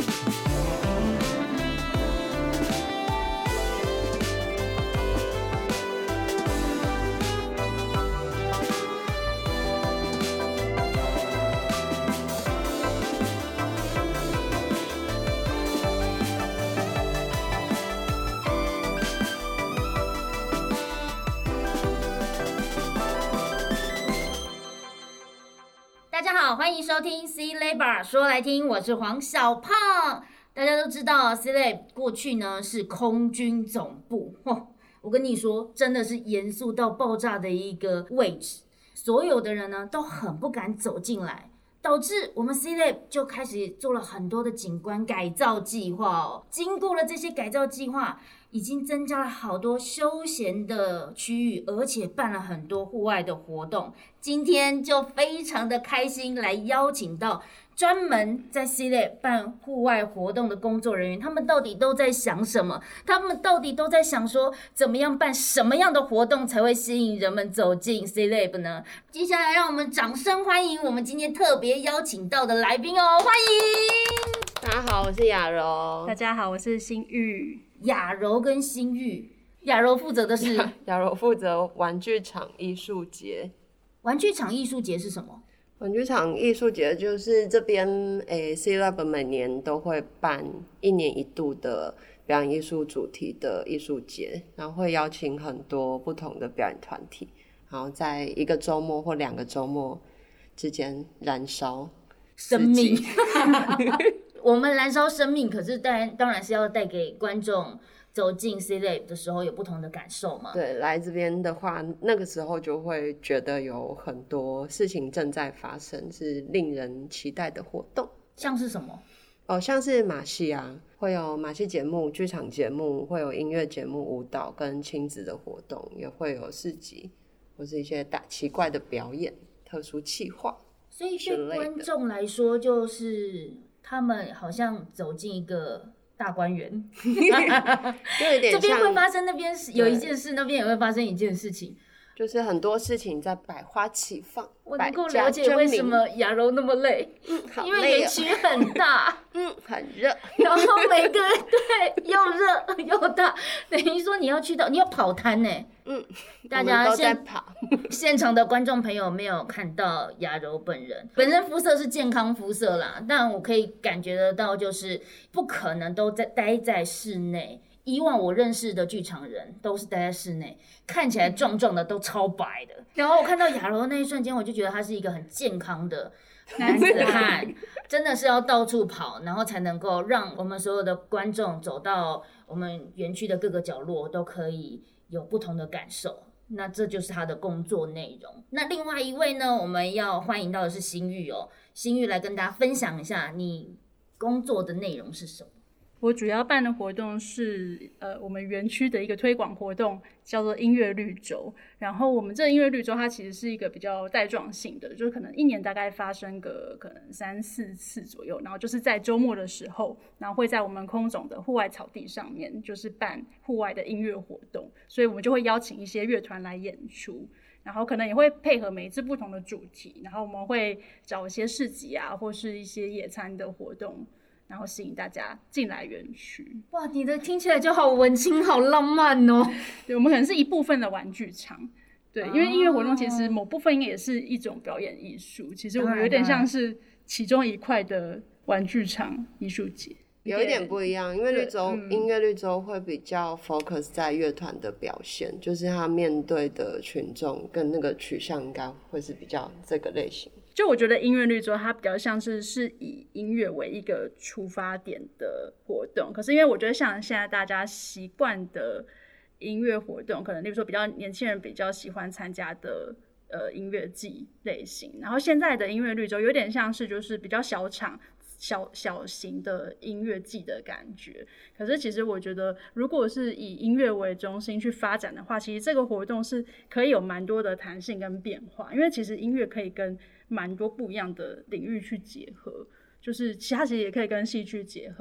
大家好，欢迎收听 C-Lab Bar 说来听，我是黄小胖。大家都知道 C-Lab 过去呢是空军总部，我跟你说，真的是严肃到爆炸的一个位置，所有的人呢都很不敢走进来，导致我们 C-Lab 就开始做了很多的景观改造计划哦。经过了这些改造计划，已经增加了好多休闲的区域，而且办了很多户外的活动。今天就非常的开心，来邀请到专门在 C-Lab 办户外活动的工作人员，他们到底都在想什么？他们到底都在想说，怎么样办什么样的活动才会吸引人们走进 C-Lab 呢？接下来让我们掌声欢迎我们今天特别邀请到的来宾哦，欢迎！ 大家好，我是雅柔。 大家好，我是新玉。 雅柔跟新玉，雅柔负责的是雅柔负责玩具厂艺术节。 玩具厂艺术节是什么？ 玩具厂艺术节就是这边C-Lab 每年都会办1年1度的表演艺术主题的艺术节，然后会邀请很多不同的表演团体，然后在1个周末或2个周末之间燃烧生命。我们燃烧生命，可是当然是要带给观众走进 C-Lab 的时候有不同的感受嘛。 对，来这边的话，那个时候就会觉得有很多事情正在发生，是令人期待的活动。 像是什么？ 像是马戏啊，会有马戏节目、剧场节目，会有音乐节目、舞蹈跟亲子的活动，也会有市集或是一些奇怪的表演、特殊企划。 所以对观众来说，就是他们好像走进一个大观园， 就有点像这边会发生，那边有一件事，那边也会发生一件事情， 就是很多事情在百花齐放。 我能够了解为什么雅柔那么累， 好累， 因为园区很大， 很热， 然后每个人对又热又大，等于说你要跑摊呢。大家都在跑。 现场的观众朋友没有看到雅柔本人肤色是健康肤色啦，但我可以感觉得到，就是不可能都待在室内。以往我认识的剧场人都是待在室内，看起来壮壮的，都超白的。然后我看到雅柔那一瞬间，我就觉得他是一个很健康的男子汉，真的是要到处跑，然后才能够让我们所有的观众走到我们园区的各个角落，都可以有不同的感受。那这就是他的工作内容。那另外一位呢，我们要欢迎到的是新玉哦，新玉来跟大家分享一下你工作的内容是什么。 我主要办的活动是我们园区的一个推广活动，叫做音乐绿洲。然后我们这个音乐绿洲它其实是一个比较带状性的，就是可能1年大概发生个可能3-4次左右，然后就是在周末的时候，然后会在我们空总的户外草地上面就是办户外的音乐活动，所以我们就会邀请一些乐团来演出，然后可能也会配合每一次不同的主题，然后我们会找一些市集啊或是一些野餐的活动，然后吸引大家进来园区。 哇，你的听起来就好文青，好浪漫哦。 对，我们可能是一部分的玩具场，对，因为音乐活动其实某部分应该也是一种表演艺术，其实我们有点像是其中一块的玩具场艺术节。 有一点不一样，因为音乐绿洲会比较 focus 在乐团的表现，就是他面对的群众跟那个取向应该会是比较这个类型。 就我觉得音乐绿洲它比较像是以音乐为一个出发点的活动，可是因为我觉得像现在大家习惯的音乐活动，可能例如说比较年轻人比较喜欢参加的音乐季类型，然后现在的音乐绿洲有点像是就是比较小场小型的音乐季的感觉。可是其实我觉得如果是以音乐为中心去发展的话，其实这个活动是可以有蛮多的弹性跟变化，因为其实音乐可以跟蛮多不一样的领域去结合，就是它其实也可以跟戏剧结合，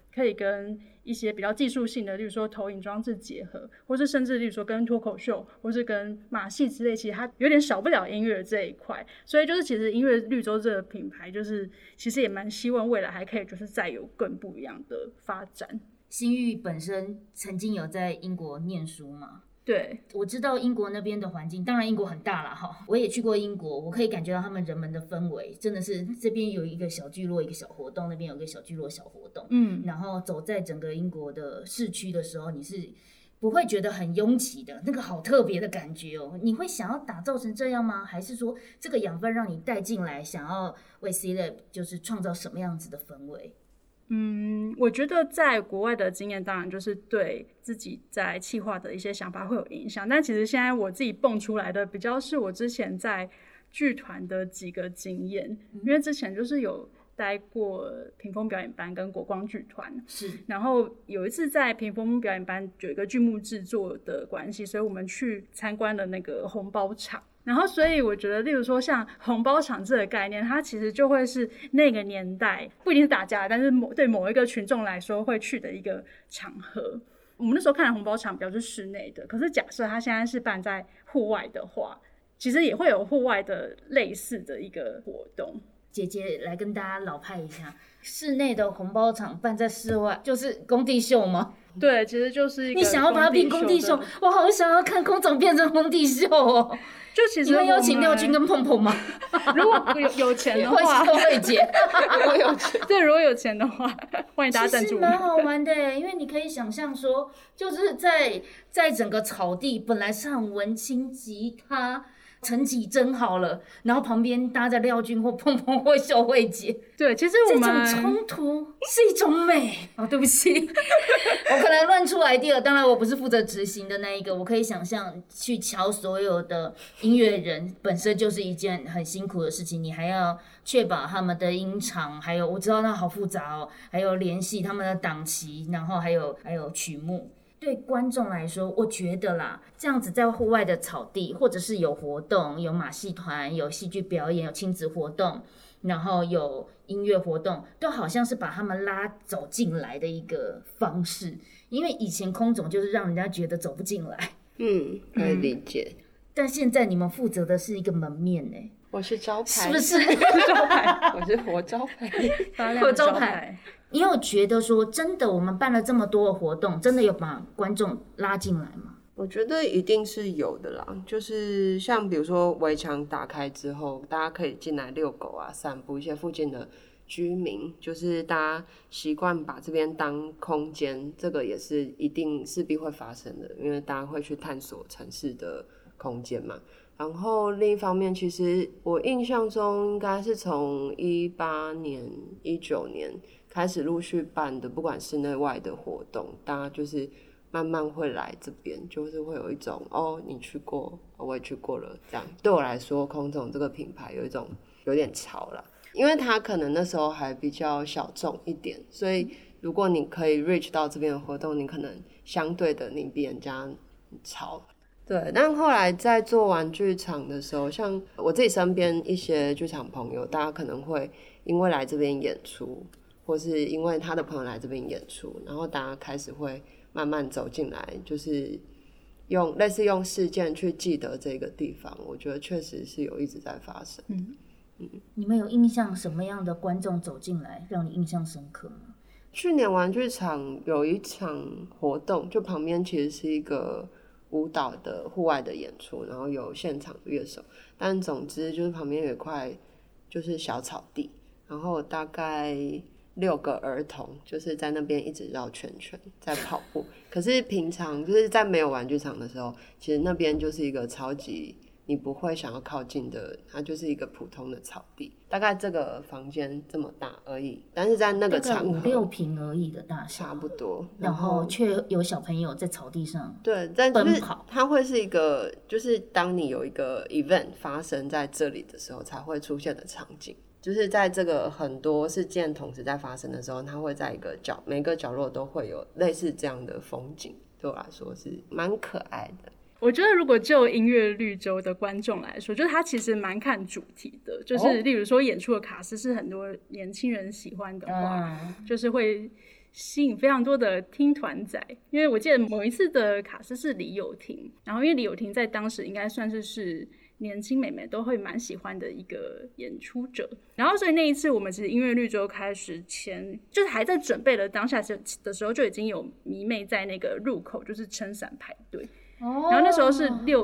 可以跟一些比较技术性的，例如说投影装置结合，或是甚至例如说跟脱口秀，或是跟马戏之类，其实它有点少不了音乐这一块。所以就是其实音乐绿洲这个品牌，就是其实也蛮希望未来还可以就是再有更不一样的发展。 欣玉本身曾经有在英国念书嘛？ 对， 我知道英国那边的环境，当然英国很大啦哈，我也去过英国，我可以感觉到他们人们的氛围，真的是这边有一个小聚落，一个小活动，那边有一个小聚落，小活动，然后走在整个英国的市区的时候，你是不会觉得很拥挤的，那个好特别的感觉哦。你会想要打造成这样吗？还是说这个养分让你带进来，想要为 C-Lab 就是创造什么样子的氛围？ 我觉得在国外的经验当然就是对自己在企划的一些想法会有影响，但其实现在我自己蹦出来的比较是我之前在剧团的几个经验，因为之前就是有待过屏风表演班跟国光剧团， 是， 然后有一次在屏风表演班有一个剧目制作的关系，所以我们去参观了那个红包场。然后所以我觉得例如说像红包场这个概念，它其实就会是那个年代不一定是打架，但是对某一个群众来说会去的一个场合。我们那时候看的红包场比较是室内的，可是假设它现在是办在户外的话，其实也会有户外的类似的一个活动。 姐姐来跟大家老派一下，室内的红包场办在室外，就是工地秀吗？ 对，其实就是一个你想要把它变工地秀，我好想要看空总变成工地秀哦。 就其实你会邀请廖君跟碰碰吗？ 如果有钱的话， 慧姐， 如果有钱， 对，如果有钱的话，欢迎大家赞助。 其实蛮好玩的，因为你可以想象说，就是在整个草地本来是很文青吉他。成绩真好了，然后旁边搭着廖君或碰碰或秀慧姐， 对，其实我们这种冲突是一种美哦。对不起，我可能乱出 idea， 当然我不是负责执行的那一个。我可以想象去瞧所有的音乐人本身就是一件很辛苦的事情，你还要确保他们的音场，还有我知道那好复杂哦，还有联系他们的档期，然后还有曲目。对观众来说，我觉得啦，这样子在户外的草地，或者是有活动，有马戏团，有戏剧表演，有亲子活动，然后有音乐活动，都好像是把他们拉走进来的一个方式。因为以前空总就是让人家觉得走不进来， 可以理解。 但现在你们负责的是一个门面呢， 我是招牌， 是不是？ 招牌， 我是活招牌， 发亮的招牌。 你有觉得说真的我们办了这么多的活动，真的有把观众拉进来吗？ 我觉得一定是有的啦，就是像比如说围墙打开之后，大家可以进来遛狗啊、散步，一些附近的居民，就是大家习惯把这边当空间，这个也是一定势必会发生的，因为大家会去探索城市的空间嘛。然后另一方面，其实我印象中应该是从18年、19年开始陆续办的，不管室内外的活动，大家就是慢慢会来这边，就是会有一种你去过，我也去过了，这样对我来说，空总这个品牌有一种有点潮啦，因为它可能那时候还比较小众一点，所以如果你可以 reach 到这边的活动，你可能相对的你比人家潮。对，但后来在做完剧场的时候，像我自己身边一些剧场朋友，大家可能会因为来这边演出，或是因为他的朋友来这边演出，然后大家开始会慢慢走进来，就是类似用事件去记得这个地方，我觉得确实是有一直在发生。 你们有印象什么样的观众走进来让你印象深刻吗？ 去年玩剧场有一场活动，就旁边其实是一个舞蹈的户外的演出，然后有现场乐手，但总之就是旁边有一块就是小草地，然后大概6个儿童就是在那边一直绕圈圈在跑步。可是平常就是在没有玩剧场的时候，其实那边就是一个超级你不会想要靠近的，它就是一个普通的草地，大概这个房间这么大而已，但是在那个场合大概5-6坪而已的大小， 差不多， 然后却有小朋友在草地上对，但就是奔跑。 它会是一个，就是当你有一个 event 发生在这里的时候才会出现的场景，就是在这个很多事件同时在发生的时候，它会在每个角落都会有类似这样的风景，对我来说是蛮可爱的。 我觉得如果就音乐绿洲的观众来说，就是他其实蛮看主题的，就是例如说演出的卡司是很多年轻人喜欢的话，就是会吸引非常多的听团仔，因为我记得某一次的卡司是李友廷，然后因为李友廷在当时应该算是年轻美眉都会蛮喜欢的一个演出者，然后所以那一次我们其实音乐绿洲开始前，就是还在准备的当下的时候，就已经有迷妹在那个入口就是撑伞排队。然后那时候是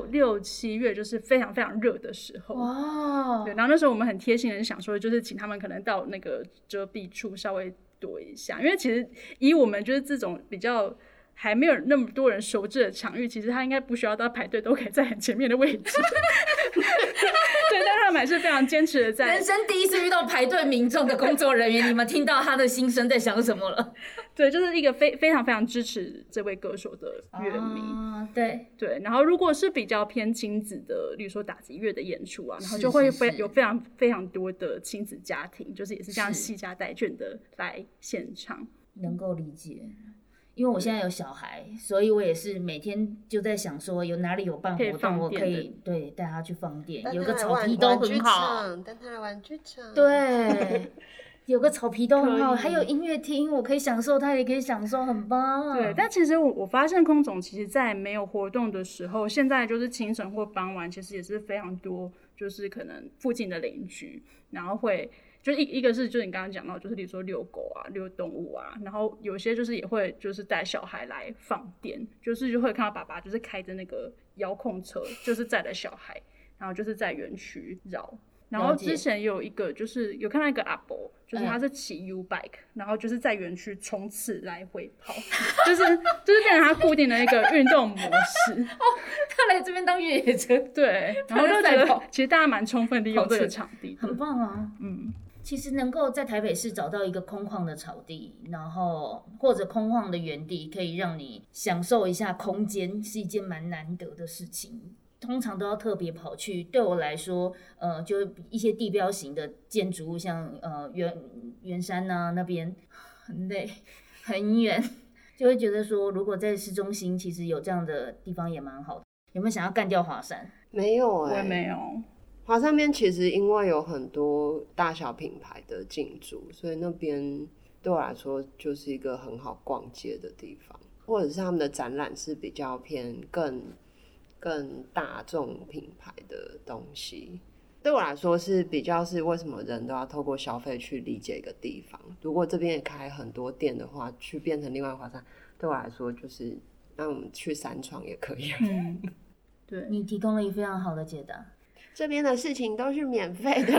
6、7月，就是非常非常热的时候。对，然后那时候我们很贴心的想说，就是请他们可能到那个遮蔽处稍微躲一下，因为其实以我们就是这种比较还没有那么多人熟知的场域，其实他应该不需要到排队都可以在很前面的位置。对，但他们还是非常坚持的在。 人生第一次遇到排队民众的工作人员，你们听到他的心声在想什么了？ 对，就是一个非常非常支持这位歌手的乐迷。 对对，然后如果是比较偏亲子的，例如说打击乐的演出啊，然后就会有非常非常多的亲子家庭，就是也是这样携家带眷的来现场。 能够理解。因为我现在有小孩，所以我也是每天就在想说，有哪里有办活动，我可以对带他去放电，有个草皮都很好， 带他来玩具场， 对，有个草皮都很好，还有音乐厅，我可以享受，他也可以享受，很棒。 对，但其实我发现空总其实在没有活动的时候，现在就是清晨或傍晚，其实也是非常多，就是可能附近的邻居，然后会。就一个是就是你刚刚讲到，就是比如说遛狗啊、遛动物啊，然后有些就是也会就是带小孩来放电，就会看到爸爸就是开着那个遥控车，就是载着小孩，然后就是在园区绕。然后之前有一个就是有看到一个阿伯，就是他是骑 U bike，然后就是在园区冲刺来回跑，就是变成他固定的一个运动模式。 他来这边当越野车， 对，然后就觉得其实大家蛮充分利用这个场地， 很棒啊，其实能够在台北市找到一个空旷的草地，然后或者空旷的园地，可以让你享受一下空间，是一件蛮难得的事情。通常都要特别跑去，对我来说，就一些地标型的建筑物，像圆山啊那边很累，很远，就会觉得说，如果在市中心，其实有这样的地方也蛮好的。有没有想要干掉华山？ 没有我也没有。 华山边其实因为有很多大小品牌的进驻，所以那边对我来说就是一个很好逛街的地方，或者是他们的展览是比较偏更大众品牌的东西。对我来说是比较是为什么人都要透过消费去理解一个地方。如果这边也开很多店的话，去变成另外华山，对我来说就是那我们去三创也可以。 对， 你提供了一个非常好的解答。 这边的事情都是免费的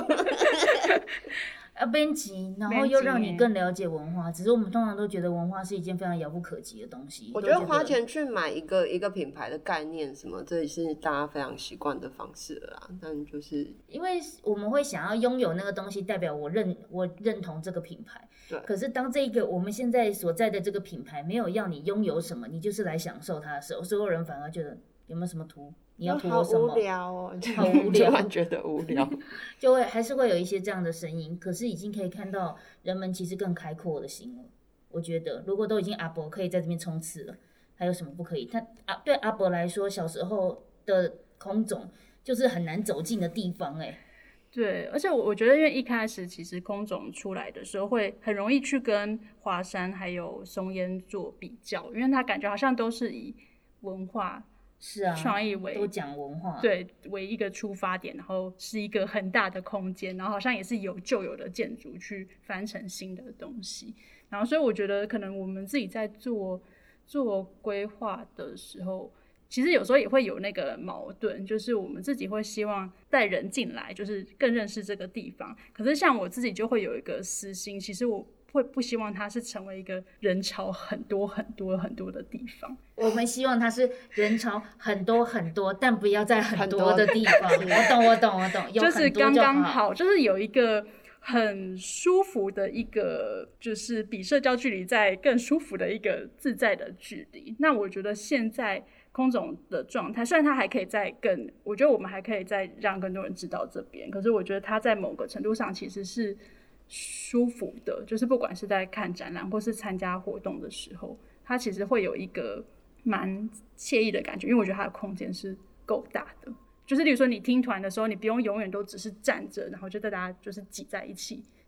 编辑，然后又让你更了解文化。只是我们通常都觉得文化是一件非常遥不可及的东西。 我觉得花钱去买一个品牌的概念什么，这也是大家非常习惯的方式了啦。但就是因为我们会想要拥有那个东西，代表我认同这个品牌。 对。 可是当这个我们现在所在的这个品牌没有要你拥有什么，你就是来享受它的时候，所有人反而觉得有没有什么图？你要图我什么？ 好无聊哦， 好无聊， 突然觉得无聊， 就会还是会有一些这样的声音。可是已经可以看到人们其实更开阔的心了。我觉得，如果都已经阿伯可以在这边冲刺了，还有什么不可以？对阿伯来说，小时候的空总就是很难走进的地方， 对，而且我觉得，因为一开始其实空总出来的时候，会很容易去跟华山还有松烟做比较，因为他感觉好像都是以文化。 是啊， 创意为都讲文化， 对，为一个出发点，然后是一个很大的空间，然后好像也是有旧有的建筑去翻成新的东西，然后所以我觉得可能我们自己在做规划的时候，其实有时候也会有那个矛盾，就是我们自己会希望带人进来，就是更认识这个地方，可是像我自己就会有一个私心，其实我会不希望它是成为一个人潮很多很多很多的地方。 我们希望它是人潮很多很多，但不要在很多的地方。我懂， 就是刚刚好，就是有一个很舒服的一个，就是比社交距离再更舒服的一个自在的距离。那我觉得现在空总的状态，虽然他还可以再更，我觉得我们还可以再让更多人知道这边，可是我觉得他在某个程度上其实是舒服的，就是不管是在看展览或是参加活动的时候，它其实会有一个蛮惬意的感觉，因为我觉得它的空间是够大的。就是例如说你听团的时候，你不用永远都只是站着，然后就大家就是挤在一起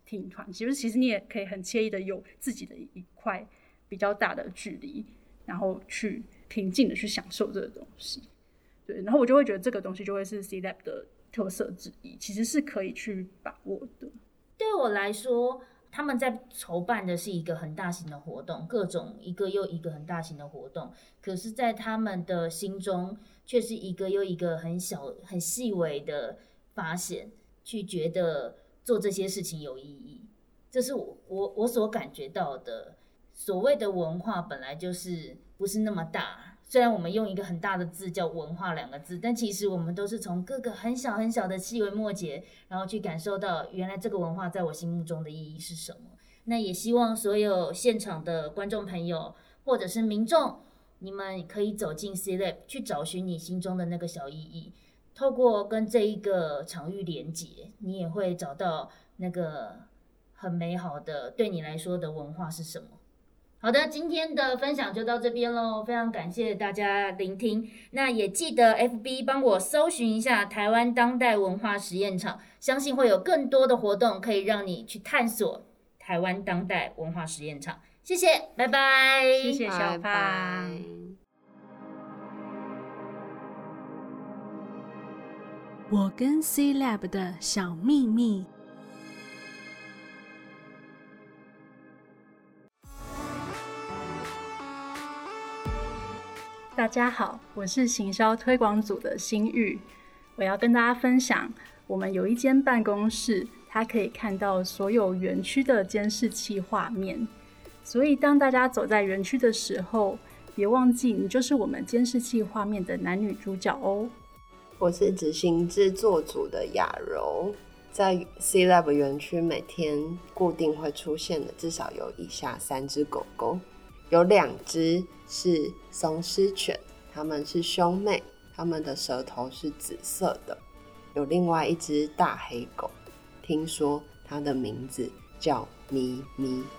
听团，其实你也可以很惬意的有自己的一块比较大的距离，然后去平静的去享受这个东西。对，然后我就会觉得这个东西就会是 C-LAB 的特色之一，其实是可以去把握的。 对我来说，他们在筹办的是一个很大型的活动，各种一个又一个很大型的活动，可是在他们的心中却是一个又一个很小很细微的发现，去觉得做这些事情有意义。这是我所感觉到的。所谓的文化本来就是不是那么大，虽然我们用一个很大的字叫文化2个字，但其实我们都是从各个很小很小的细微末节，然后去感受到原来这个文化在我心目中的意义是什么。那也希望所有现场的观众朋友或者是民众，你们可以走进 C-LAB 去找寻你心中的那个小意义，透过跟这一个场域连结，你也会找到那个很美好的对你来说的文化是什么。好的，今天的分享就到这边咯，非常感谢大家聆听。那也记得 FB 帮我搜寻一下台湾当代文化实验场，相信会有更多的活动可以让你去探索台湾当代文化实验场。谢谢，拜拜。 谢谢小胖。 拜拜。 我跟 C-LAB 的小秘密。 大家好，我是行销推广组的新玉，我要跟大家分享，我们有一间办公室，它可以看到所有园区的监视器画面，所以当大家走在园区的时候，别忘记你就是我们监视器画面的男女主角哦。 我是执行制作组的雅柔，在 C-LAB 园区每天固定会出现的至少有以下3只狗狗，有2只是松狮犬，它们是兄妹，它们的舌头是紫色的。有另外1只大黑狗，听说它的名字叫咪咪。